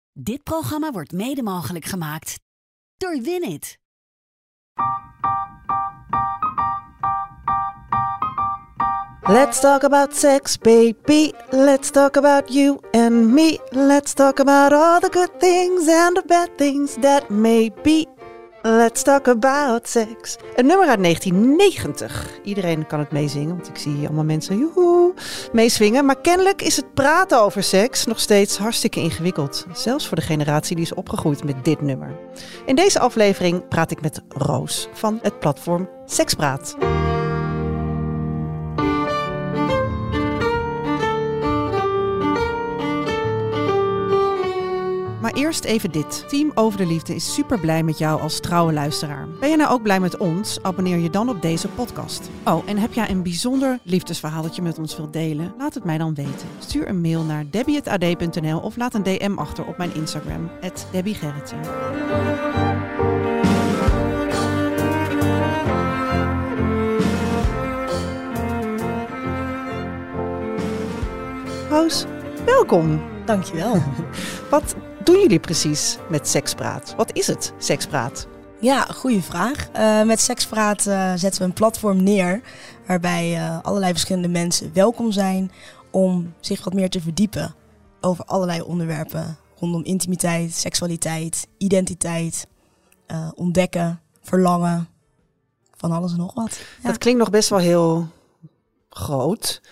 Dit programma wordt mede mogelijk gemaakt door Winit. Let's talk about sex, baby. Let's talk about you and me. Let's talk about all the good things and the bad things that may be. Let's talk about sex. Een nummer uit 1990. Iedereen kan het meezingen, want ik zie hier allemaal mensen joehoe, meeswingen. Maar kennelijk is het praten over seks nog steeds hartstikke ingewikkeld. Zelfs voor de generatie die is opgegroeid met dit nummer. In deze aflevering praat ik met Roos van het platform Sekspraat. Maar eerst even dit. Team Over de Liefde is super blij met jou als trouwe luisteraar. Ben je nou ook blij met ons? Abonneer je dan op deze podcast. Oh, en heb jij een bijzonder liefdesverhaal dat je met ons wilt delen? Laat het mij dan weten. Stuur een mail naar debbie@ad.nl of laat een DM achter op mijn Instagram, @debbiegerritsen. Roos, welkom. Dankjewel. Wat doen jullie precies met Sekspraat? Wat is het, Sekspraat? Ja, goede vraag. Met Sekspraat zetten we een platform neer waarbij allerlei verschillende mensen welkom zijn om zich wat meer te verdiepen over allerlei onderwerpen rondom intimiteit, seksualiteit, identiteit, ontdekken, verlangen, van alles en nog wat. Ja. Dat klinkt nog best wel heel groot.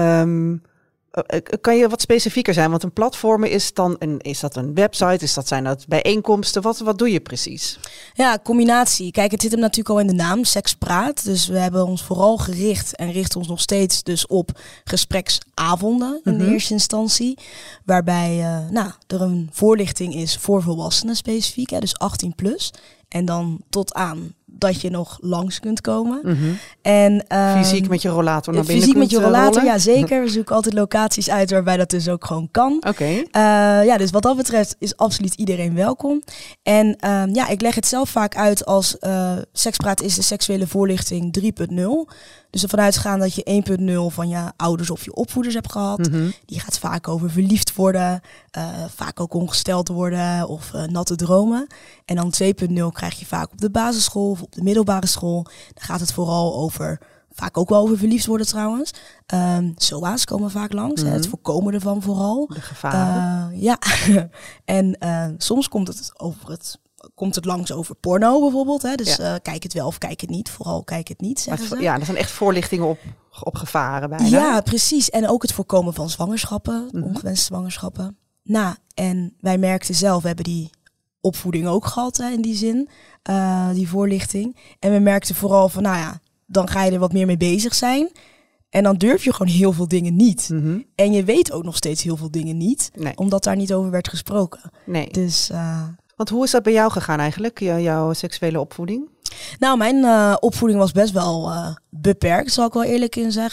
Kan je wat specifieker zijn? Want een platform is dat een website? Zijn dat bijeenkomsten? Wat doe je precies? Ja, combinatie. Kijk, het zit hem natuurlijk al in de naam, Sekspraat. Dus we hebben ons vooral gericht en richten ons nog steeds dus op gespreksavonden in de eerste instantie. Waarbij er een voorlichting is voor volwassenen specifiek, hè, dus 18 plus. En dan tot aan dat je nog langs kunt komen. Mm-hmm. En, fysiek met je rollator naar binnen fysiek met je rollator, rollen? Ja zeker. We zoeken altijd locaties uit waarbij dat dus ook gewoon kan. Okay. Dus wat dat betreft is absoluut iedereen welkom. En ik leg het zelf vaak uit als Sekspraat is de seksuele voorlichting 3.0. Dus ervan uitgaan dat je 1.0 van je ouders of je opvoeders hebt gehad. Mm-hmm. Die gaat vaak over verliefd worden. Vaak ook ongesteld worden of natte dromen. En dan 2.0 krijg je vaak op de basisschool of op de middelbare school. Dan gaat het vooral over, vaak ook wel over verliefd worden trouwens. SOA's komen vaak langs. Mm-hmm. Het voorkomen ervan vooral. De gevaren. Ja. En soms komt het langs over porno bijvoorbeeld. Hè? Dus kijk het wel of kijk het niet. Vooral kijk het niet, zeggen ze. Ja, er zijn echt voorlichtingen op gevaren bij. Ja, precies. En ook het voorkomen van zwangerschappen. Mm-hmm. Ongewenste zwangerschappen. En wij merkten zelf, we hebben die opvoeding ook gehad, hè, in die zin. Die voorlichting. En we merkten vooral van, dan ga je er wat meer mee bezig zijn. En dan durf je gewoon heel veel dingen niet. Mm-hmm. En je weet ook nog steeds heel veel dingen niet. Nee. Omdat daar niet over werd gesproken. Nee. Dus... Want hoe is dat bij jou gegaan eigenlijk, jouw seksuele opvoeding? Nou, mijn opvoeding was best wel beperkt, zal ik wel eerlijk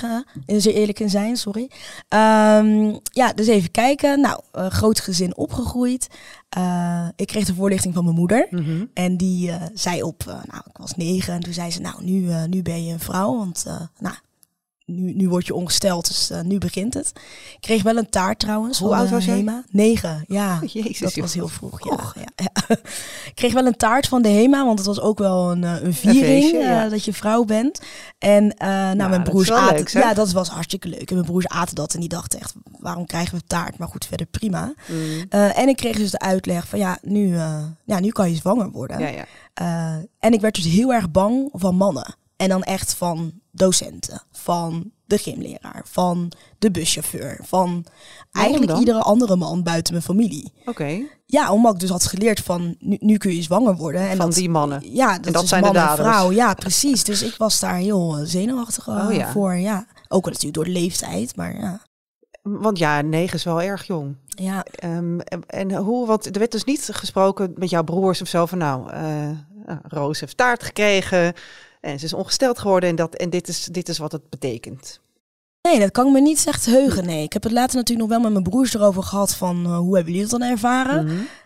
in zijn, sorry. Dus even kijken. Nou, groot gezin opgegroeid. Ik kreeg de voorlichting van mijn moeder. Mm-hmm. En die zei ik was 9. En toen zei ze, nu ben je een vrouw, want nu word je ongesteld, dus nu begint het. Ik kreeg wel een taart trouwens. Hoe oud was jij? HEMA. 9, ja. Oh, Jezus, dat was heel vroeg. Ja. Ik kreeg wel een taart van de HEMA, want het was ook wel een viering, feestje, dat je vrouw bent. En mijn broers aten... Leuk, ja, dat was hartstikke leuk. En mijn broers aten dat en die dachten echt, waarom krijgen we taart? Maar goed, verder prima. Mm. En ik kreeg dus de uitleg van nu kan je zwanger worden. Ja. En ik werd dus heel erg bang van mannen. En dan echt van docenten, van de gymleraar, van de buschauffeur, van eigenlijk iedere andere man buiten mijn familie. Oké. Ja, omdat ik dus had geleerd van nu kun je zwanger worden. En van die mannen. Ja, dat is zijn man de daders. En vrouw. Ja, precies. Dus ik was daar heel zenuwachtig voor. Ja. Ook natuurlijk door de leeftijd, maar ja. Want 9 is wel erg jong. Ja. Want er werd dus niet gesproken met jouw broers of zo van Roos heeft taart gekregen. En ze is ongesteld geworden en dit is wat het betekent. Nee, dat kan ik me niet echt heugen. Nee, ik heb het later natuurlijk nog wel met mijn broers erover gehad van hoe hebben jullie het dan ervaren? Mm-hmm.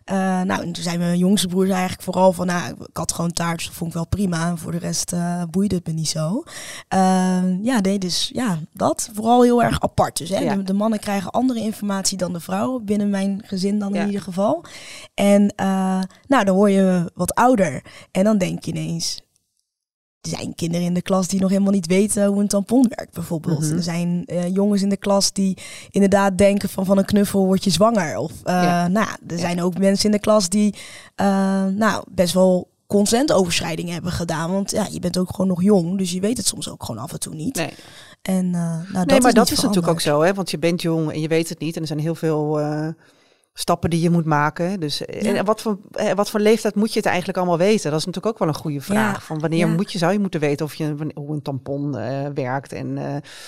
Nou, en toen zei mijn jongste broer eigenlijk vooral van, nou, ik had gewoon taart, dus dat vond ik wel prima. En voor de rest boeide het me niet zo. Dus dat. Vooral heel erg apart. Dus de mannen krijgen andere informatie dan de vrouwen. Binnen mijn gezin dan in ieder geval. En dan word je wat ouder. En dan denk je ineens, er zijn kinderen in de klas die nog helemaal niet weten hoe een tampon werkt, bijvoorbeeld. Er zijn jongens in de klas die inderdaad denken van een knuffel word je zwanger. Of er zijn ook mensen in de klas die best wel consentoverschrijdingen hebben gedaan. Want je bent ook gewoon nog jong, dus je weet het soms ook gewoon af en toe niet. Nee. En, dat is natuurlijk ook zo, hè? Want je bent jong en je weet het niet. En er zijn heel veel stappen die je moet maken. Dus en wat voor leeftijd moet je het eigenlijk allemaal weten? Dat is natuurlijk ook wel een goede vraag. Ja. Van wanneer zou je moeten weten hoe een tampon werkt? En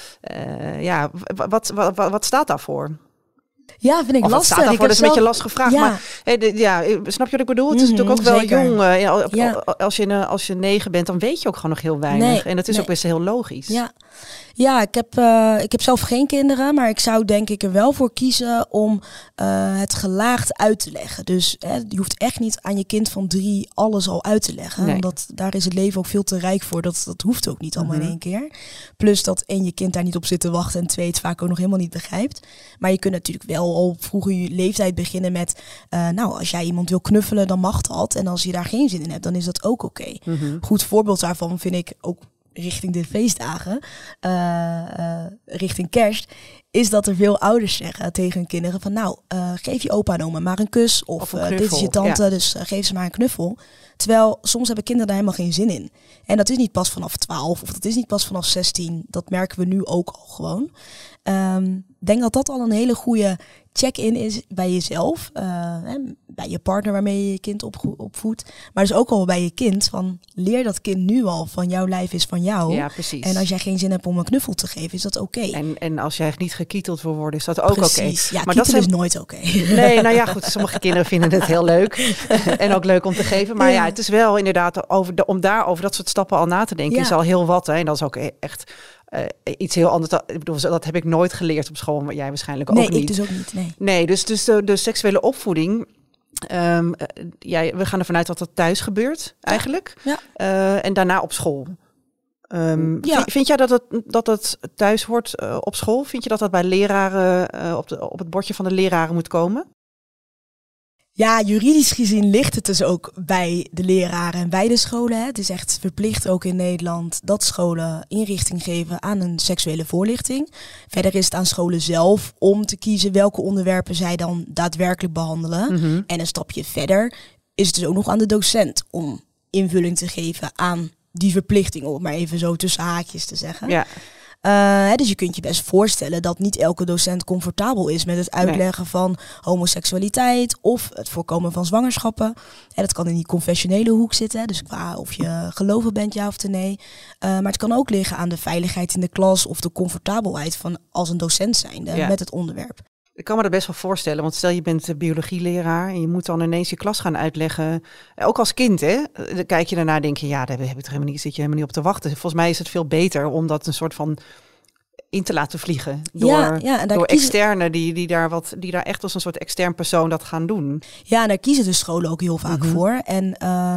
wat staat daarvoor? Ja, vind ik lastig. Wat staat daarvoor? Dat is een beetje lastig gevraagd. Ja. Maar snap je wat ik bedoel? Het is natuurlijk ook wel jong. Als je 9 bent, dan weet je ook gewoon nog heel weinig. En dat is ook best heel logisch. Ja, ik heb zelf geen kinderen, maar ik zou denk ik er wel voor kiezen om het gelaagd uit te leggen. Dus je hoeft echt niet aan je kind van 3 alles al uit te leggen. Nee. Want daar is het leven ook veel te rijk voor. Dat hoeft ook niet allemaal in één keer. Plus dat 1, je kind daar niet op zit te wachten en 2, het vaak ook nog helemaal niet begrijpt. Maar je kunt natuurlijk wel al op vroege leeftijd beginnen met, als jij iemand wil knuffelen, dan mag dat. En als je daar geen zin in hebt, dan is dat ook oké. Goed voorbeeld daarvan vind ik ook richting de feestdagen, richting kerst, is dat er veel ouders zeggen tegen hun kinderen van geef je opa en oma maar een kus of dit is je tante, dus geef ze maar een knuffel. Terwijl soms hebben kinderen daar helemaal geen zin in. En dat is niet pas vanaf 12 of dat is niet pas vanaf 16. Dat merken we nu ook al gewoon. Ik denk dat dat al een hele goede check-in is bij jezelf. Bij je partner waarmee je je kind opvoedt. Maar dus ook al bij je kind. Van leer dat kind nu al van jouw lijf is van jou. Ja, precies. En als jij geen zin hebt om een knuffel te geven, is dat oké. En als jij niet gekieteld wil worden, is dat ook oké. Ja, maar dat is nooit oké. Nee, nou ja, goed. Sommige kinderen vinden het heel leuk. En ook leuk om te geven. Maar het is wel inderdaad om daarover dat soort stappen al na te denken. Is al heel wat. Hè? En dat is ook echt iets heel anders. Ik bedoel, dat heb ik nooit geleerd op school. Maar jij waarschijnlijk ook niet. Nee, ik dus ook niet. Nee, dus de seksuele opvoeding. We gaan ervan uit dat dat thuis gebeurt eigenlijk. Ja. En daarna op school. Vind jij dat het thuis hoort op school? Vind je dat bij leraren op het bordje van de leraren moet komen? Ja, juridisch gezien ligt het dus ook bij de leraren en bij de scholen. Hè. Het is echt verplicht ook in Nederland dat scholen inrichting geven aan een seksuele voorlichting. Verder is het aan scholen zelf om te kiezen welke onderwerpen zij dan daadwerkelijk behandelen. En een stapje verder is het dus ook nog aan de docent om invulling te geven aan die verplichting, om het maar even zo tussen haakjes te zeggen. Ja. Dus je kunt je best voorstellen dat niet elke docent comfortabel is met het uitleggen van homoseksualiteit of het voorkomen van zwangerschappen. Dat kan in die confessionele hoek zitten, dus qua of je gelovig bent, ja of nee. Maar het kan ook liggen aan de veiligheid in de klas of de comfortabelheid van als een docent zijnde met het onderwerp. Ik kan me dat best wel voorstellen, want stel je bent biologieleraar en je moet dan ineens je klas gaan uitleggen. Ook als kind, hè? Dan kijk je daarna en denk je, daar heb ik toch helemaal niet, zit je helemaal niet op te wachten. Volgens mij is het veel beter om dat een soort van in te laten vliegen door externen die daar echt als een soort extern persoon dat gaan doen. Ja, en daar kiezen de scholen ook heel vaak voor. En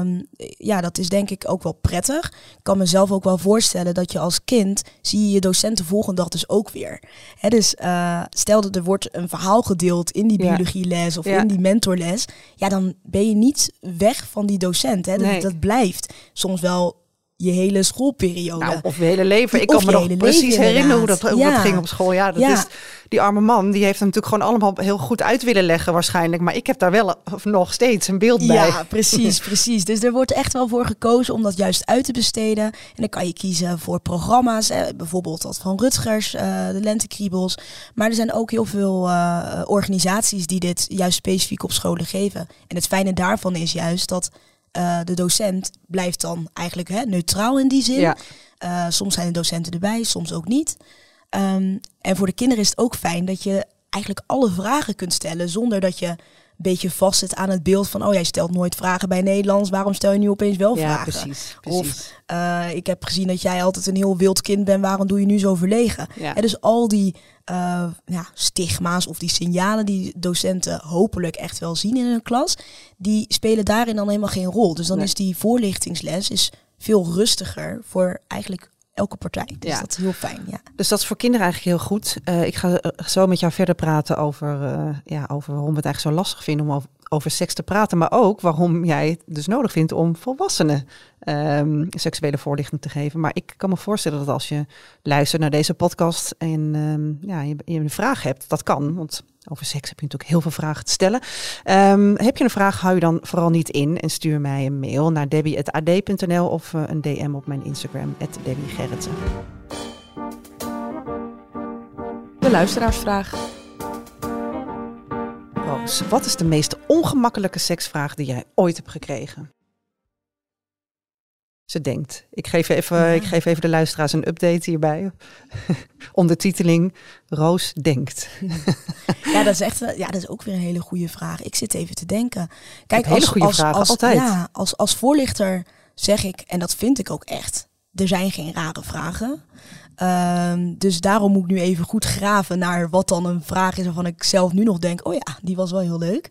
dat is denk ik ook wel prettig. Ik kan mezelf ook wel voorstellen dat je als kind zie je docent de volgende dag dus ook weer. Dus stel dat er wordt een verhaal gedeeld in die biologieles of in die mentorles. Ja, dan ben je niet weg van die docent. Dat blijft soms wel je hele schoolperiode. Nou, of je hele leven. Ik kan me nog precies herinneren hoe dat ging op school. Ja, dat is die arme man. Die heeft hem natuurlijk gewoon allemaal heel goed uit willen leggen waarschijnlijk. Maar ik heb daar wel nog steeds een beeld bij. Ja, precies. Dus er wordt echt wel voor gekozen om dat juist uit te besteden. En dan kan je kiezen voor programma's. Bijvoorbeeld dat van Rutgers, de Lentekriebels. Maar er zijn ook heel veel organisaties die dit juist specifiek op scholen geven. En het fijne daarvan is juist dat de docent blijft dan eigenlijk neutraal in die zin. Ja. Soms zijn de docenten erbij, soms ook niet. En voor de kinderen is het ook fijn dat je eigenlijk alle vragen kunt stellen zonder dat je beetje vastzit aan het beeld van... jij stelt nooit vragen bij Nederlands. Waarom stel je nu opeens wel vragen? Precies. Of ik heb gezien dat jij altijd een heel wild kind bent. Waarom doe je nu zo verlegen? Ja. En dus al die stigma's of die signalen die docenten hopelijk echt wel zien in hun klas... die spelen daarin dan helemaal geen rol. Dus dan is die voorlichtingsles veel rustiger voor eigenlijk... elke partij. Dus dat is heel fijn. Ja. Dus dat is voor kinderen eigenlijk heel goed. Ik ga zo met jou verder praten over waarom we het eigenlijk zo lastig vinden om over seks te praten. Maar ook waarom jij het dus nodig vindt om volwassenen seksuele voorlichting te geven. Maar ik kan me voorstellen dat als je luistert naar deze podcast en je een vraag hebt, dat kan. Want over seks heb je natuurlijk heel veel vragen te stellen. Heb je een vraag, hou je dan vooral niet in en stuur mij een mail naar debbie@ad.nl of een DM op mijn Instagram @debbiegerritsen. De luisteraarsvraag. Roos, wat is de meest ongemakkelijke seksvraag die jij ooit hebt gekregen? Ze denkt. Ik geef even de luisteraars een update hierbij. Ondertiteling, Roos denkt. Ja, dat is echt. Ja, dat is ook weer een hele goede vraag. Ik zit even te denken. Kijk, hele goede vragen, altijd. Ja, als voorlichter zeg ik, en dat vind ik ook echt, er zijn geen rare vragen. Dus daarom moet ik nu even goed graven naar wat dan een vraag is waarvan ik zelf nu nog denk, oh ja, die was wel heel leuk.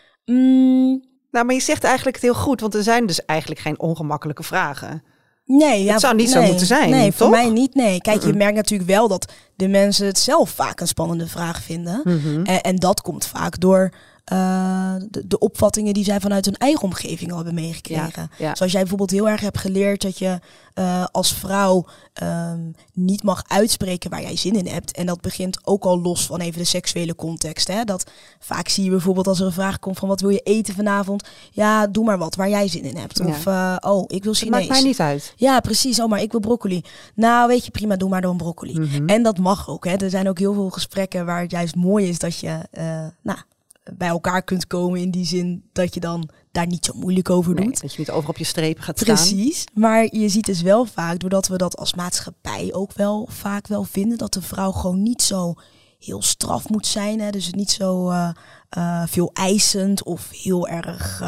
Nou, maar je zegt eigenlijk het heel goed, want er zijn dus eigenlijk geen ongemakkelijke vragen. Nee, het zou niet zo moeten zijn. Nee, toch? voor mij niet. Nee, kijk, je merkt natuurlijk wel dat de mensen het zelf vaak een spannende vraag vinden. Mm-hmm. En dat komt vaak door de opvattingen die zij vanuit hun eigen omgeving al hebben meegekregen. Ja. Zoals jij bijvoorbeeld heel erg hebt geleerd dat je als vrouw niet mag uitspreken waar jij zin in hebt. En dat begint ook al los van even de seksuele context. Hè? Dat vaak zie je bijvoorbeeld als er een vraag komt van wat wil je eten vanavond? Ja, doe maar wat waar jij zin in hebt. Ja. Of ik wil Chinees. Dat maakt mij niet uit. Ja, precies. Maar ik wil broccoli. Nou, weet je, prima, doe maar dan broccoli. Mm-hmm. En dat mag ook. Hè? Er zijn ook heel veel gesprekken waar het juist mooi is dat je bij elkaar kunt komen in die zin dat je dan daar niet zo moeilijk over doet. Dat je niet over op je streep gaat staan. Precies, maar je ziet dus wel vaak, doordat we dat als maatschappij ook wel vaak wel vinden, dat de vrouw gewoon niet zo heel straf moet zijn. Hè? Dus niet zo veel eisend of heel erg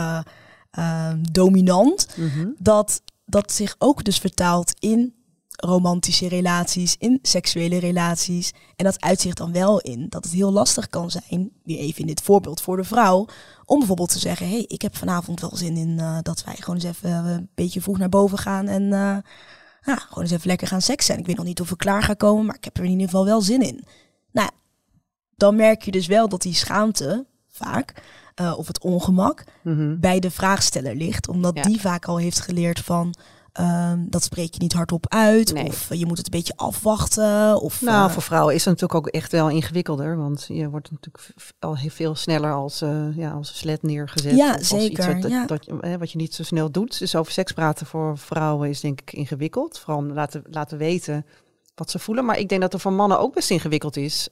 dominant. Mm-hmm. Dat zich ook dus vertaalt in romantische relaties, in seksuele relaties. En dat uitzicht dan wel in dat het heel lastig kan zijn, weer even in dit voorbeeld voor de vrouw, om bijvoorbeeld te zeggen, hey, ik heb vanavond wel zin in dat wij gewoon eens even een beetje vroeg naar boven gaan en gewoon eens even lekker gaan seksen. Ik weet nog niet of ik klaar ga komen, maar ik heb er in ieder geval wel zin in. Nou, dan merk je dus wel dat die schaamte vaak, of het ongemak, bij de vraagsteller ligt, omdat die vaak al heeft geleerd van dat spreek je niet hardop uit. Nee. Of je moet het een beetje afwachten. Of, voor vrouwen is het natuurlijk ook echt wel ingewikkelder. Want je wordt natuurlijk al heel veel sneller als een slet neergezet. Ja, of zeker. Als iets wat je niet zo snel doet. Dus over seks praten voor vrouwen is denk ik ingewikkeld. Vooral om laten weten wat ze voelen. Maar ik denk dat er voor mannen ook best ingewikkeld is.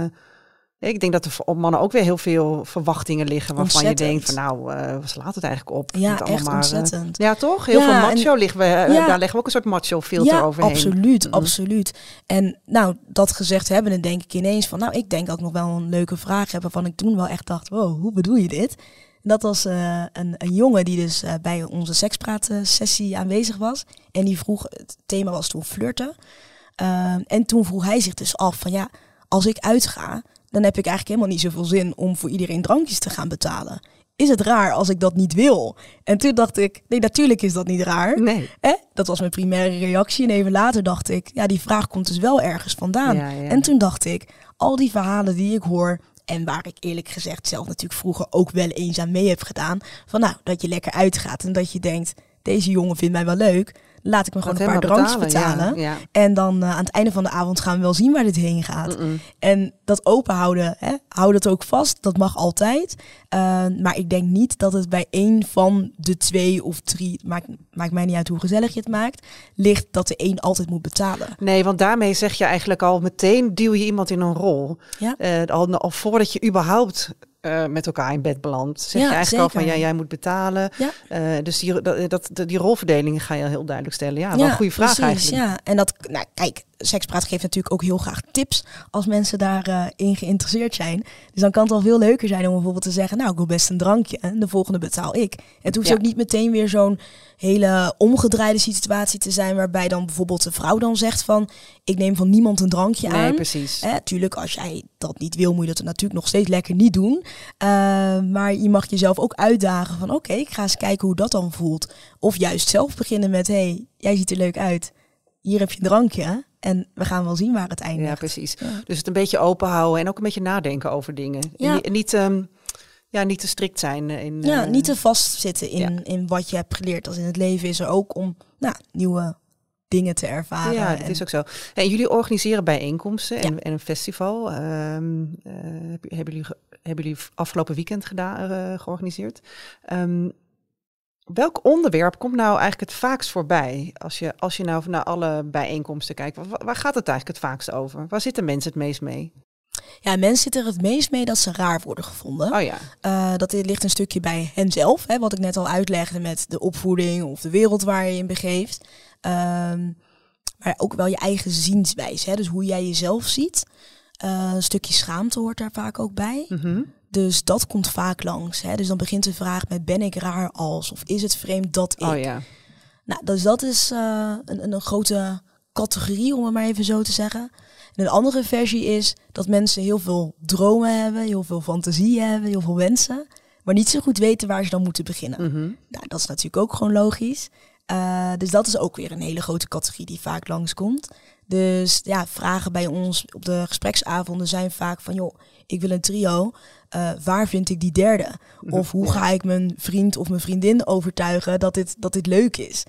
Ik denk dat er voor mannen ook weer heel veel verwachtingen liggen waarvan je denkt van wat slaat het eigenlijk op? Ja, echt ontzettend. Ja, toch? Heel veel macho daar leggen we ook een soort macho filter overheen. Absoluut. En dat gezegd hebben, dan denk ik ineens van ik denk dat ik nog wel een leuke vraag heb waarvan ik toen wel echt dacht, wow, hoe bedoel je dit? En dat was een jongen die dus bij onze sekspraat-sessie aanwezig was. En die vroeg, het thema was toen flirten. En toen vroeg hij zich dus af van als ik uitga, dan heb ik eigenlijk helemaal niet zoveel zin om voor iedereen drankjes te gaan betalen. Is het raar als ik dat niet wil? En toen dacht ik, nee, natuurlijk is dat niet raar. Nee. Dat was mijn primaire reactie. En even later dacht ik, die vraag komt dus wel ergens vandaan. Ja. En toen dacht ik, al die verhalen die ik hoor, en waar ik eerlijk gezegd zelf natuurlijk vroeger ook wel eens aan mee heb gedaan, van dat je lekker uitgaat en dat je denkt, deze jongen vindt mij wel leuk, laat ik me gewoon een paar drankjes betalen. Ja. En dan aan het einde van de avond gaan we wel zien waar dit heen gaat. Mm-mm. En dat open houden, hou dat ook vast. Dat mag altijd. Maar ik denk niet dat het bij één van de 2 of 3, maakt mij niet uit hoe gezellig je het maakt, ligt dat de een altijd moet betalen. Nee, want daarmee zeg je eigenlijk al meteen, duw je iemand in een rol. Ja. Al voordat je überhaupt met elkaar in bed belandt. Zeg je eigenlijk zeker al van jij moet betalen. Ja. Dus die rolverdelingen ga je heel duidelijk stellen. Ja, wel een goede vraag eigenlijk. Ja, en dat, kijk, Sekspraat geeft natuurlijk ook heel graag tips als mensen daarin geïnteresseerd zijn. Dus dan kan het al veel leuker zijn om bijvoorbeeld te zeggen, nou, ik wil best een drankje en de volgende betaal ik. Het hoeft ook niet meteen weer zo'n hele omgedraaide situatie te zijn waarbij dan bijvoorbeeld de vrouw dan zegt van, ik neem van niemand een drankje aan. Nee, precies. Tuurlijk, als jij dat niet wil, moet je dat natuurlijk nog steeds lekker niet doen. Maar je mag jezelf ook uitdagen van, oké, ik ga eens kijken hoe dat dan voelt. Of juist zelf beginnen met, hey, jij ziet er leuk uit. Hier heb je een drankje en we gaan wel zien waar het eindigt. Ja, precies. Ja. Dus het een beetje open houden en ook een beetje nadenken over dingen. Ja. En niet te strikt zijn. Niet te vastzitten in wat je hebt geleerd. Als in het leven is er ook om nieuwe dingen te ervaren. Ja, dat is ook zo. En jullie organiseren bijeenkomsten en een festival. Hebben jullie afgelopen weekend georganiseerd? Welk onderwerp komt nou eigenlijk het vaakst voorbij? Als je nou naar alle bijeenkomsten kijkt, waar gaat het eigenlijk het vaakst over? Waar zitten mensen het meest mee? Ja, mensen zitten er het meest mee dat ze raar worden gevonden. Oh ja. Dat ligt een stukje bij henzelf, wat ik net al uitlegde met de opvoeding of de wereld waar je in begeeft. Maar ook wel je eigen zienswijze, dus hoe jij jezelf ziet. Een stukje schaamte hoort daar vaak ook bij. Mm-hmm. Dus dat komt vaak langs. Dus dan begint de vraag met, ben ik raar als? Of is het vreemd dat ik? Oh ja. Nou, dus dat is een grote categorie, om het maar even zo te zeggen. En een andere versie is dat mensen heel veel dromen hebben, heel veel fantasieën hebben, heel veel wensen, maar niet zo goed weten waar ze dan moeten beginnen. Mm-hmm. Nou, dat is natuurlijk ook gewoon logisch. Dus dat is ook weer een hele grote categorie die vaak langskomt. Dus ja, vragen bij ons op de gespreksavonden zijn vaak van, joh, ik wil een trio. Waar vind ik die derde? Of hoe ga ik mijn vriend of mijn vriendin overtuigen dat dit leuk is?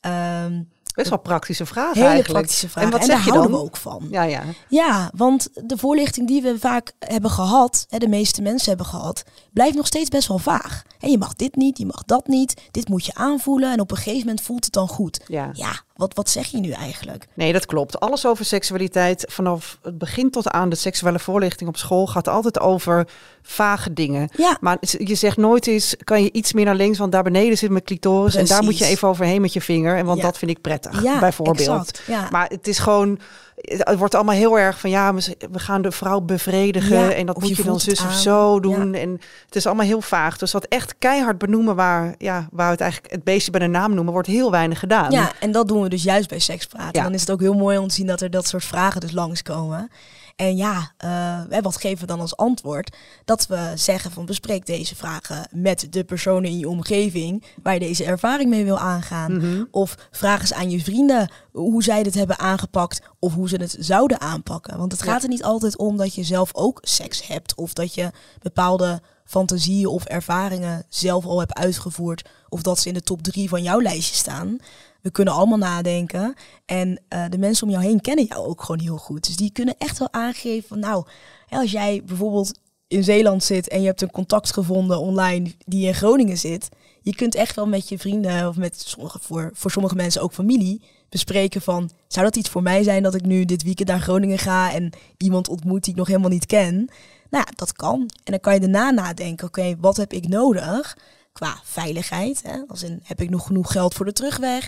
Best wel praktische vragen hele eigenlijk. Praktische vragen. En wat en zeg je daar dan? houden we ook van. Ja. Ja, want de voorlichting die we vaak hebben gehad, de meeste mensen hebben gehad, blijft nog steeds best wel vaag. Je mag dit niet, je mag dat niet, dit moet je aanvoelen en op een gegeven moment voelt het dan goed. Ja, wat zeg je nu eigenlijk? Nee, dat klopt. Alles over seksualiteit, vanaf het begin tot aan de seksuele voorlichting op school, gaat altijd over vage dingen. Ja. Maar je zegt nooit eens, kan je iets meer naar links, want daar beneden zit mijn clitoris. Precies. En daar moet je even overheen met je vinger. En dat vind ik prettig, bijvoorbeeld. Exact, ja. Maar het is gewoon, het wordt allemaal heel erg van, we gaan de vrouw bevredigen. En dat moet je dan zus of zo doen. Ja. En het is allemaal heel vaag. Dus dat echt keihard benoemen waar we het eigenlijk het beestje bij de naam noemen, wordt heel weinig gedaan. Ja, en dat doen we dus juist bij Sekspraat. Ja. Dan is het ook heel mooi om te zien dat er dat soort vragen dus langskomen. En wat geven we dan als antwoord? Dat we zeggen van, bespreek deze vragen met de personen in je omgeving waar je deze ervaring mee wil aangaan. Mm-hmm. Of vraag eens aan je vrienden hoe zij dit hebben aangepakt of hoe ze het zouden aanpakken. Want het gaat er niet altijd om dat je zelf ook seks hebt of dat je bepaalde fantasieën of ervaringen zelf al hebt uitgevoerd of dat ze in de top 3 van jouw lijstje staan. We kunnen allemaal nadenken. En de mensen om jou heen kennen jou ook gewoon heel goed. Dus die kunnen echt wel aangeven van, als jij bijvoorbeeld in Zeeland zit en je hebt een contact gevonden online die in Groningen zit. Je kunt echt wel met je vrienden of met voor sommige mensen ook familie bespreken van, zou dat iets voor mij zijn dat ik nu dit weekend naar Groningen ga en iemand ontmoet die ik nog helemaal niet ken? Nou ja, dat kan. En dan kan je daarna nadenken, oké, wat heb ik nodig? Qua veiligheid, als in, heb ik nog genoeg geld voor de terugweg?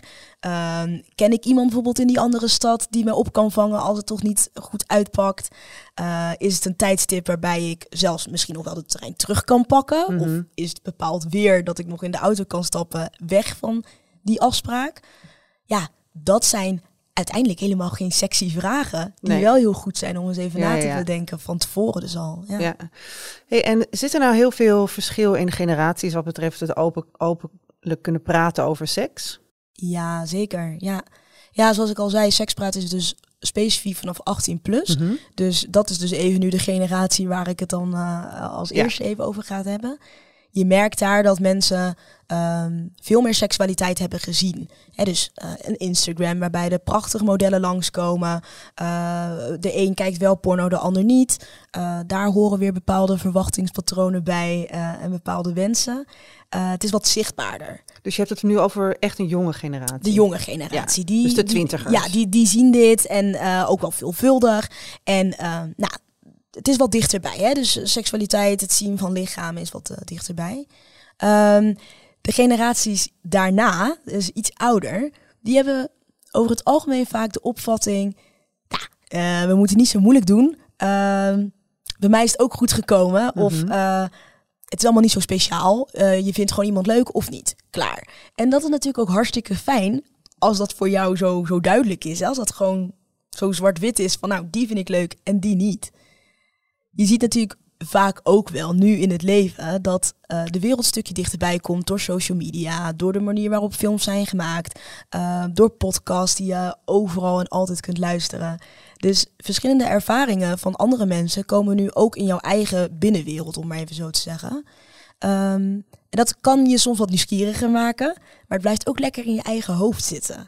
Ken ik iemand bijvoorbeeld in die andere stad die mij op kan vangen als het toch niet goed uitpakt? Is het een tijdstip waarbij ik zelfs misschien nog wel de trein terug kan pakken? Mm-hmm. Of is het bepaald weer dat ik nog in de auto kan stappen weg van die afspraak? Ja, dat zijn uiteindelijk helemaal geen sexy vragen. Die wel heel goed zijn om eens even na te bedenken van tevoren dus al. Ja. Hey, en zit er nou heel veel verschil in generaties wat betreft het openlijk kunnen praten over seks? Ja, zeker. Ja, zoals ik al zei, Sekspraat is dus specifiek vanaf 18 plus. Mm-hmm. Dus dat is dus even nu de generatie waar ik het dan als eerste even over ga hebben. Je merkt daar dat mensen veel meer seksualiteit hebben gezien. Dus een Instagram waarbij de prachtige modellen langskomen. De een kijkt wel porno, de ander niet. Daar horen weer bepaalde verwachtingspatronen bij en bepaalde wensen. Het is wat zichtbaarder. Dus je hebt het nu over echt een jonge generatie. De jonge generatie. Ja, dus de twintigers. Die zien dit en ook wel veelvuldig. En het is wat dichterbij. Dus seksualiteit, het zien van lichamen is wat dichterbij. De generaties daarna, dus iets ouder, die hebben over het algemeen vaak de opvatting, we moeten niet zo moeilijk doen. Bij mij is het ook goed gekomen. Of het is allemaal niet zo speciaal. Je vindt gewoon iemand leuk of niet. Klaar. En dat is natuurlijk ook hartstikke fijn als dat voor jou zo duidelijk is. Als dat gewoon zo zwart-wit is van nou, die vind ik leuk en die niet. Je ziet natuurlijk vaak ook wel nu in het leven dat de wereld een stukje dichterbij komt door social media, door de manier waarop films zijn gemaakt, door podcasts die je overal en altijd kunt luisteren. Dus verschillende ervaringen van andere mensen komen nu ook in jouw eigen binnenwereld, om maar even zo te zeggen. En dat kan je soms wat nieuwsgieriger maken, maar het blijft ook lekker in je eigen hoofd zitten.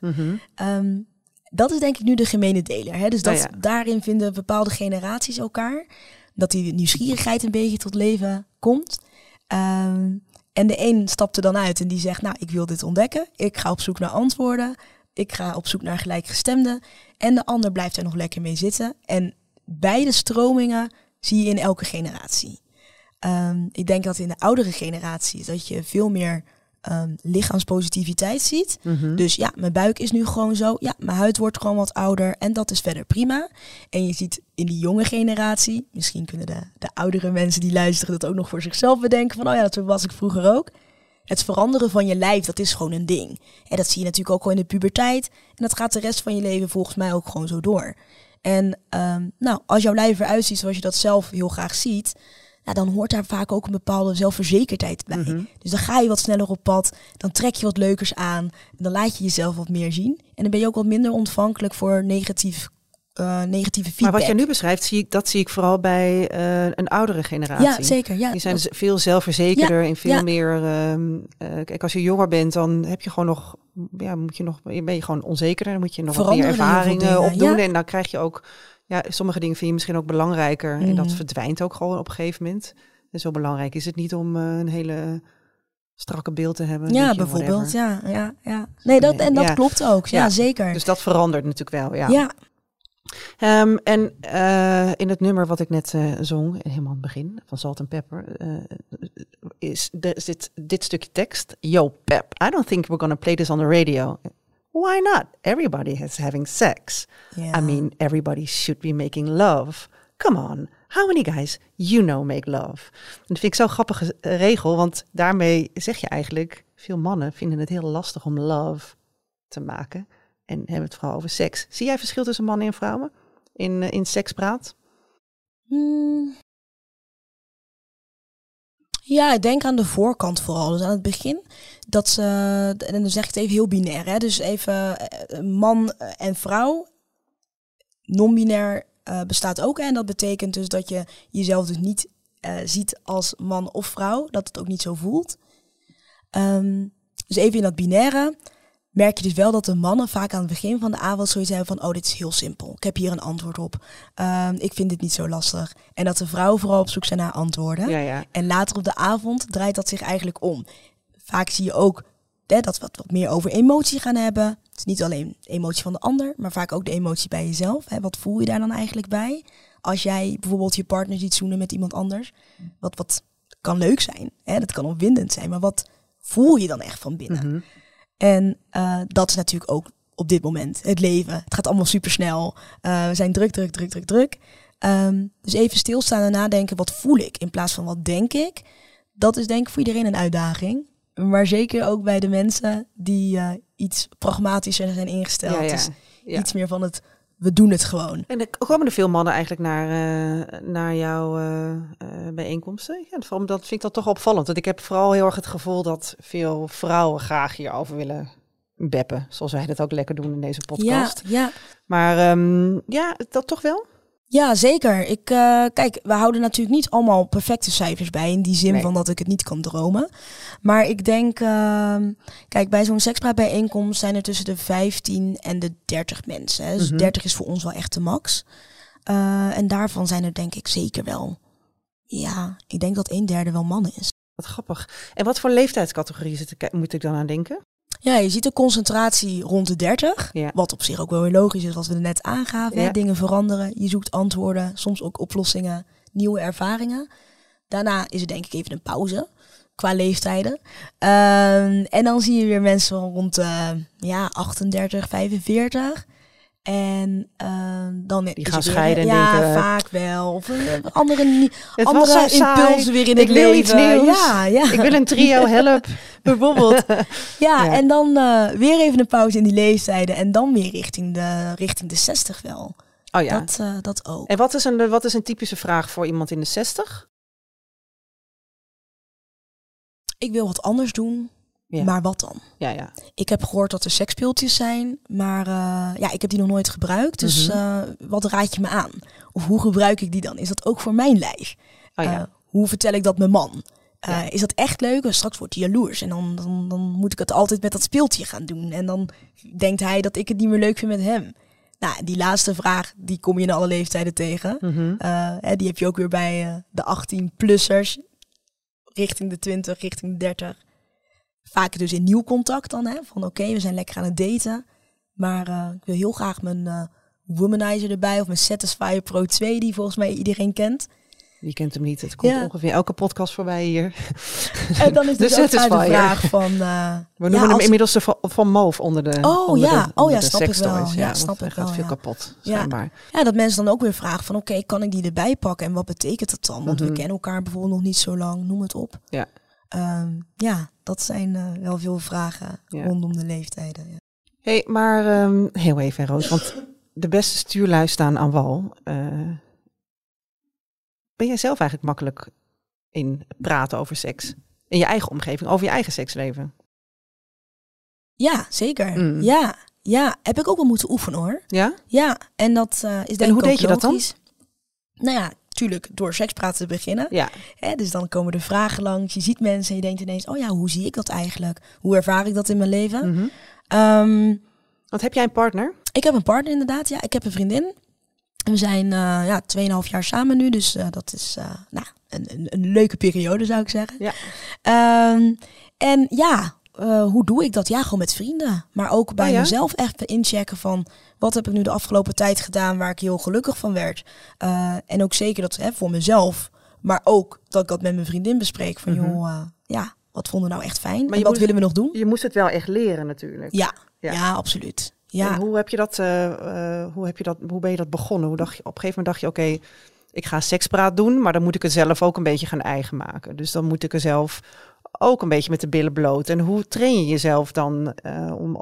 Dat is denk ik nu de gemene deler. Hè? Dus daarin vinden bepaalde generaties elkaar. Dat die nieuwsgierigheid een beetje tot leven komt. En de een stapt er dan uit en die zegt, nou, ik wil dit ontdekken. Ik ga op zoek naar antwoorden. Ik ga op zoek naar gelijkgestemden. En de ander blijft er nog lekker mee zitten. En beide stromingen zie je in elke generatie. Ik denk dat in de oudere generatie dat je veel meer lichaamspositiviteit ziet. Dus ja, mijn buik is nu gewoon zo. Ja, mijn huid wordt gewoon wat ouder. En dat is verder prima. En je ziet in die jonge generatie, misschien kunnen de oudere mensen die luisteren dat ook nog voor zichzelf bedenken. Van, oh ja, dat was ik vroeger ook. Het veranderen van je lijf, dat is gewoon een ding. En dat zie je natuurlijk ook al in de puberteit. En dat gaat de rest van je leven volgens mij ook gewoon zo door. En nou, als jouw lijf eruit ziet zoals je dat zelf heel graag ziet, dan hoort daar vaak ook een bepaalde zelfverzekerdheid bij. Dus dan ga je wat sneller op pad, dan trek je wat leukers aan, en dan laat je jezelf wat meer zien. En dan ben je ook wat minder ontvankelijk voor negatieve feedback. Maar wat jij nu beschrijft, zie ik vooral bij een oudere generatie. Ja, zeker. Ja. Die zijn veel zelfverzekerder en veel meer. Kijk, als je jonger bent, dan heb je gewoon nog, ben je gewoon onzekerder. Dan moet je nog wat meer ervaringen opdoen. Ja. En dan krijg je ook, sommige dingen vind je misschien ook belangrijker. En dat verdwijnt ook gewoon op een gegeven moment. En zo belangrijk is het niet om een hele strakke beeld te hebben. Ja, bijvoorbeeld. Ja. Nee, dat klopt ook. Ja, zeker. Dus dat verandert natuurlijk wel. Ja. En in het nummer wat ik net zong, helemaal aan het begin, van Salt & Pepper, is dit stukje tekst. Yo, Pep, I don't think we're gonna play this on the radio. Why not? Everybody is having sex. Yeah. I mean, everybody should be making love. Come on, how many guys you know make love? En dat vind ik zo'n grappige regel, want daarmee zeg je eigenlijk, veel mannen vinden het heel lastig om love te maken. En hebben het vooral over seks. Zie jij verschil tussen mannen en vrouwen in sekspraat? Ja, ik denk aan de voorkant vooral. Dus aan het begin dat ze, en dan zeg ik het even heel binair, hè? Dus even man en vrouw. Non-binair bestaat ook. En dat betekent dus dat je jezelf dus niet ziet als man of vrouw. Dat het ook niet zo voelt. Dus even in dat binaire merk je dus wel dat de mannen vaak aan het begin van de avond zoiets hebben van, oh, dit is heel simpel. Ik heb hier een antwoord op. Ik vind dit niet zo lastig. En dat de vrouwen vooral op zoek zijn naar antwoorden. Ja. En later op de avond draait dat zich eigenlijk om. Vaak zie je ook dat we wat meer over emotie gaan hebben. Het is niet alleen de emotie van de ander, maar vaak ook de emotie bij jezelf. Wat voel je daar dan eigenlijk bij? Als jij bijvoorbeeld je partner ziet zoenen met iemand anders. Wat kan leuk zijn. Dat kan opwindend zijn. Maar wat voel je dan echt van binnen? En dat is natuurlijk ook op dit moment het leven. Het gaat allemaal supersnel. We zijn druk. Dus even stilstaan en nadenken, wat voel ik? In plaats van wat denk ik? Dat is denk ik voor iedereen een uitdaging. Maar zeker ook bij de mensen die iets pragmatischer zijn ingesteld. Dus iets meer van het, we doen het gewoon. En er komen er veel mannen eigenlijk naar jouw bijeenkomsten? Ja, dat vind ik dat toch opvallend. Want ik heb vooral heel erg het gevoel dat veel vrouwen graag hierover willen beppen. Zoals wij dat ook lekker doen in deze podcast. Ja. Maar dat toch wel? Ja, zeker. Kijk, we houden natuurlijk niet allemaal perfecte cijfers bij. In die zin van dat ik het niet kan dromen. Maar ik denk, kijk, bij zo'n sekspraatbijeenkomst zijn er tussen de 15 en de 30 mensen. Hè. Dus 30 is voor ons wel echt de max. En daarvan zijn er denk ik zeker wel, ik denk dat 1/3 wel mannen is. Wat grappig. En wat voor leeftijdscategorie moet ik dan aan denken? Ja, je ziet een concentratie rond de 30. Ja. Wat op zich ook wel weer logisch is, wat we er net aangaven. Ja. Dingen veranderen, je zoekt antwoorden, soms ook oplossingen, nieuwe ervaringen. Daarna is er denk ik even een pauze qua leeftijden. En dan zie je weer mensen rond 38, 45. En dan die gaan scheiden en denken... Ja, vaak wel. Of andere impulsen weer in het leven. Ik wil iets nieuws. Ja. Ik wil een trio, help. Bijvoorbeeld. Ja, en dan weer even een pauze in die leeftijden. En dan weer richting de 60 wel. Oh ja. Dat ook. En wat is een typische vraag voor iemand in de 60? Ik wil wat anders doen. Ja. Maar wat dan? Ja. Ik heb gehoord dat er seksspeeltjes zijn, maar ik heb die nog nooit gebruikt. Dus wat raad je me aan? Of hoe gebruik ik die dan? Is dat ook voor mijn lijf? Hoe vertel ik dat mijn man? Is dat echt leuk? Straks wordt hij jaloers en dan moet ik het altijd met dat speeltje gaan doen. En dan denkt hij dat ik het niet meer leuk vind met hem. Nou, die laatste vraag, die kom je in alle leeftijden tegen. Die heb je ook weer bij de 18-plussers, richting de 20, richting de 30. Vaak dus in nieuw contact dan, hè? Van oké, we zijn lekker aan het daten. Maar ik wil heel graag mijn Womanizer erbij. Of mijn Satisfyer Pro 2, die volgens mij iedereen kent. Wie kent hem niet? Het komt ongeveer elke podcast voorbij hier. En dan is dus de vraag van... we noemen hem inmiddels van Move onder de snap ik wel. Ja, snap ik wel. Gaat veel kapot, schijnbaar. Ja, dat mensen dan ook weer vragen van oké, kan ik die erbij pakken? En wat betekent dat dan? Want we kennen elkaar bijvoorbeeld nog niet zo lang. Noem het op. Ja. Dat zijn wel veel vragen rondom de leeftijden. Ja. Hey, maar heel even, Roos, want de beste stuurlui staan aan wal. Ben jij zelf eigenlijk makkelijk in praten over seks? In je eigen omgeving, over je eigen seksleven? Ja, zeker. Ja, heb ik ook wel moeten oefenen hoor. Ja? Ja, en dat is denk ik ook En hoe deed je dat dan? Nou ja, natuurlijk door sekspraten te beginnen. Ja. Dus dan komen de vragen langs. Je ziet mensen en je denkt ineens, oh ja, hoe zie ik dat eigenlijk? Hoe ervaar ik dat in mijn leven? Want heb jij een partner? Ik heb een partner inderdaad, ja. Ik heb een vriendin. We zijn 2,5 jaar samen nu, dus dat is een leuke periode zou ik zeggen. Ja. En hoe doe ik dat? Ja, gewoon met vrienden. Maar ook bij mezelf echt inchecken van... wat heb ik nu de afgelopen tijd gedaan waar ik heel gelukkig van werd. En ook zeker dat voor mezelf. Maar ook dat ik dat met mijn vriendin bespreek. Van wat vonden we nou echt fijn? Maar en wat willen we nog doen? Je moest het wel echt leren natuurlijk. Ja, absoluut. Ja. En hoe heb je dat, hoe ben je dat begonnen? Op een gegeven moment dacht je, oké, ik ga sekspraat doen, maar dan moet ik het zelf ook een beetje gaan eigen maken. Dus dan moet ik er zelf ook een beetje met de billen bloot. En hoe train je jezelf dan om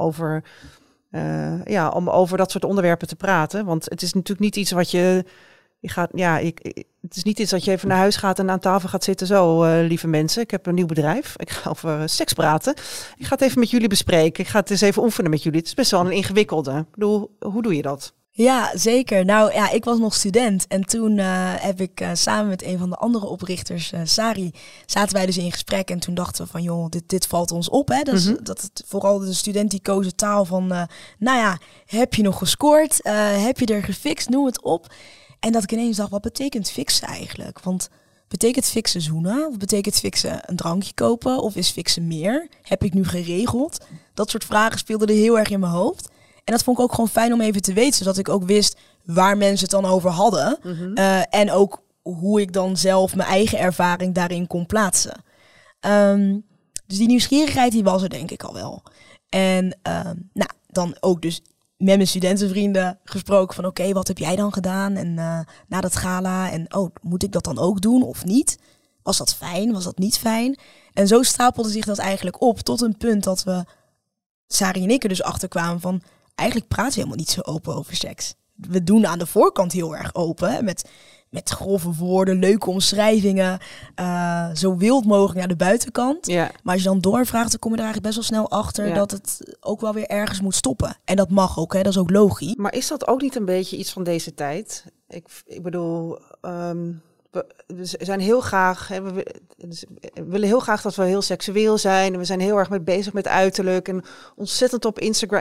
over dat soort onderwerpen te praten? Want het is natuurlijk niet iets wat je gaat... het is niet iets dat je even naar huis gaat en aan tafel gaat zitten. Zo, lieve mensen, ik heb een nieuw bedrijf. Ik ga over seks praten. Ik ga het even met jullie bespreken. Ik ga het eens even oefenen met jullie. Het is best wel een ingewikkelde. Ik bedoel, hoe doe je dat? Ja, zeker. Nou ja, ik was nog student en toen heb ik samen met een van de andere oprichters, Sari, zaten wij dus in gesprek en toen dachten we van joh, dit valt ons op. Hè? Dus dat het vooral de studenticoze taal van, heb je nog gescoord? Heb je er gefixt? Noem het op. En dat ik ineens dacht, wat betekent fixen eigenlijk? Want betekent fixen zoenen? Of betekent fixen een drankje kopen? Of is fixen meer? Heb ik nu geregeld? Dat soort vragen speelden er heel erg in mijn hoofd. En dat vond ik ook gewoon fijn om even te weten. Zodat ik ook wist waar mensen het dan over hadden. En ook hoe ik dan zelf mijn eigen ervaring daarin kon plaatsen. Dus die nieuwsgierigheid die was er denk ik al wel. En dan ook dus met mijn studentenvrienden gesproken van oké, wat heb jij dan gedaan? En na dat gala. En moet ik dat dan ook doen of niet? Was dat fijn? Was dat niet fijn? En zo stapelde zich dat eigenlijk op tot een punt dat we, Sari en ik er dus achterkwamen van eigenlijk praten we helemaal niet zo open over seks. We doen aan de voorkant heel erg open. Hè, met grove woorden, leuke omschrijvingen. Zo wild mogelijk naar de buitenkant. Yeah. Maar als je dan doorvraagt, dan kom je er eigenlijk best wel snel achter dat het ook wel weer ergens moet stoppen. En dat mag ook, hè, dat is ook logisch. Maar is dat ook niet een beetje iets van deze tijd? Ik bedoel, we zijn heel graag, we willen heel graag dat we heel seksueel zijn. En we zijn heel erg bezig met uiterlijk. En ontzettend op Instagram.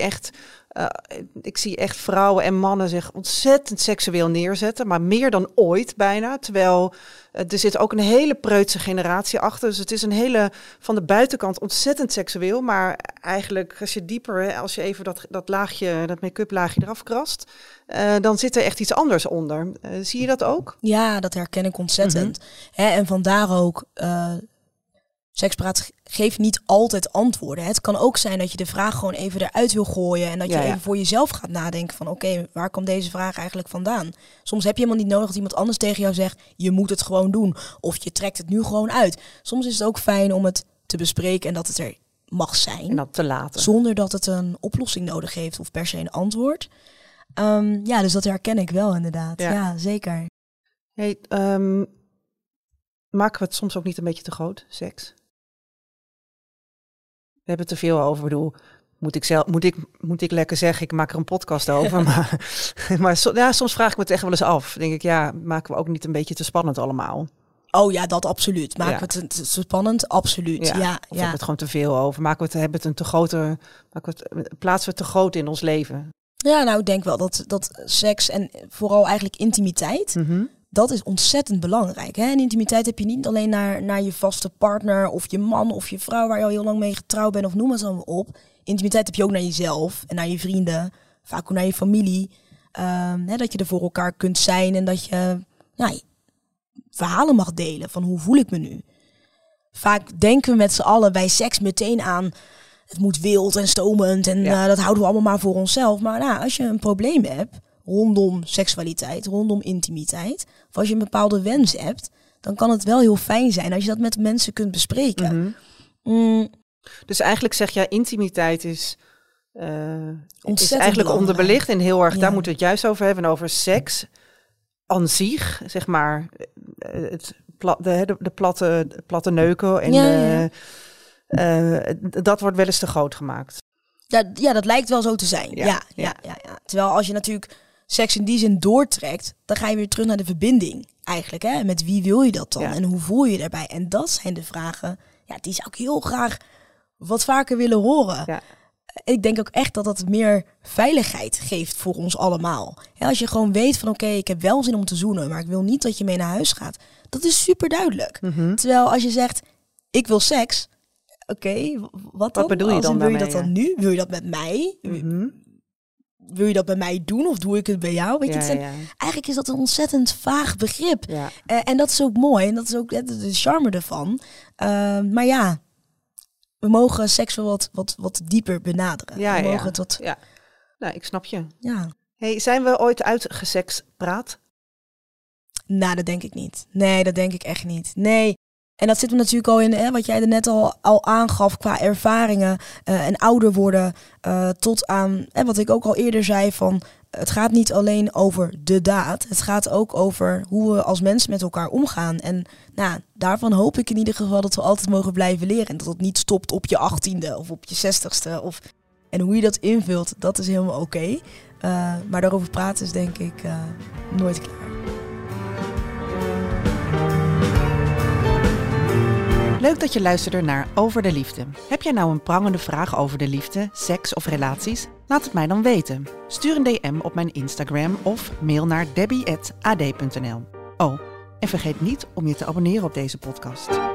Ik zie echt vrouwen en mannen zich ontzettend seksueel neerzetten. Maar meer dan ooit bijna. Terwijl er zit ook een hele preutse generatie achter. Dus het is een hele, van de buitenkant ontzettend seksueel. Maar eigenlijk als je dieper, als je even dat make-up laagje eraf krast. Dan zit er echt iets anders onder. Zie je dat ook? Ja, dat herken ik ontzettend. En vandaar ook Sekspraat geeft niet altijd antwoorden. Het kan ook zijn dat je de vraag gewoon even eruit wil gooien. En dat je even voor jezelf gaat nadenken van oké, waar komt deze vraag eigenlijk vandaan? Soms heb je helemaal niet nodig dat iemand anders tegen jou zegt, je moet het gewoon doen. Of je trekt het nu gewoon uit. Soms is het ook fijn om het te bespreken en dat het er mag zijn. En dat te laten. Zonder dat het een oplossing nodig heeft of per se een antwoord. Dus dat herken ik wel inderdaad. Ja zeker. Hey, maken we het soms ook niet een beetje te groot, seks? We hebben het te veel over. Ik bedoel, moet ik lekker zeggen, ik maak er een podcast over. maar soms vraag ik me het echt wel eens af. Denk ik, maken we ook niet een beetje te spannend allemaal? Oh ja, dat absoluut. Maken we het te spannend? Absoluut. Of hebben we het gewoon te veel over? Plaatsen we het te groot in ons leven? Ja, nou, ik denk wel dat seks en vooral eigenlijk intimiteit, dat is ontzettend belangrijk. Hè? En intimiteit heb je niet alleen naar je vaste partner of je man of je vrouw waar je al heel lang mee getrouwd bent of noem het allemaal op. Intimiteit heb je ook naar jezelf en naar je vrienden, vaak ook naar je familie. Dat je er voor elkaar kunt zijn en dat je verhalen mag delen van hoe voel ik me nu. Vaak denken we met z'n allen bij seks meteen aan het moet wild en stomend en dat houden we allemaal maar voor onszelf. Maar als je een probleem hebt rondom seksualiteit, rondom intimiteit, of als je een bepaalde wens hebt, dan kan het wel heel fijn zijn als je dat met mensen kunt bespreken. Dus eigenlijk zeg jij, intimiteit is eigenlijk onderbelicht en heel erg, daar moeten we het juist over hebben, over seks aan zich, zeg maar, de platte neuken en dat wordt wel eens te groot gemaakt. Ja, dat lijkt wel zo te zijn. Ja. Terwijl als je natuurlijk seks in die zin doortrekt, dan ga je weer terug naar de verbinding eigenlijk. Hè? Met wie wil je dat dan? En hoe voel je je daarbij? En dat zijn de vragen, die zou ik heel graag wat vaker willen horen. Ja. Ik denk ook echt dat meer veiligheid geeft voor ons allemaal. Ja, als je gewoon weet van oké, ik heb wel zin om te zoenen, maar ik wil niet dat je mee naar huis gaat. Dat is super duidelijk. Terwijl als je zegt, ik wil seks. Oké, wat bedoel je dan? Wil je dat dan nu? Wil je dat met mij? Wil je dat bij mij doen of doe ik het bij jou? Weet je, eigenlijk is dat een ontzettend vaag begrip. Ja. En dat is ook mooi en dat is ook de charme ervan. Maar we mogen seks wel wat dieper benaderen. We mogen het wat... Nou, ik snap je. Ja. Hey, zijn we ooit uitgesekspraat? Nou, dat denk ik niet. Nee, dat denk ik echt niet. Nee. En dat zit er natuurlijk al in, wat jij er net al aangaf qua ervaringen en ouder worden. Tot aan, wat ik ook al eerder zei, van het gaat niet alleen over de daad. Het gaat ook over hoe we als mensen met elkaar omgaan. En daarvan hoop ik in ieder geval dat we altijd mogen blijven leren. En dat het niet stopt op je 18e of op je 60ste. En hoe je dat invult, dat is helemaal oké. Maar daarover praten is denk ik nooit klaar. Leuk dat je luisterde naar Over de Liefde. Heb jij nou een prangende vraag over de liefde, seks of relaties? Laat het mij dan weten. Stuur een DM op mijn Instagram of mail naar debbie@ad.nl. Oh, en vergeet niet om je te abonneren op deze podcast.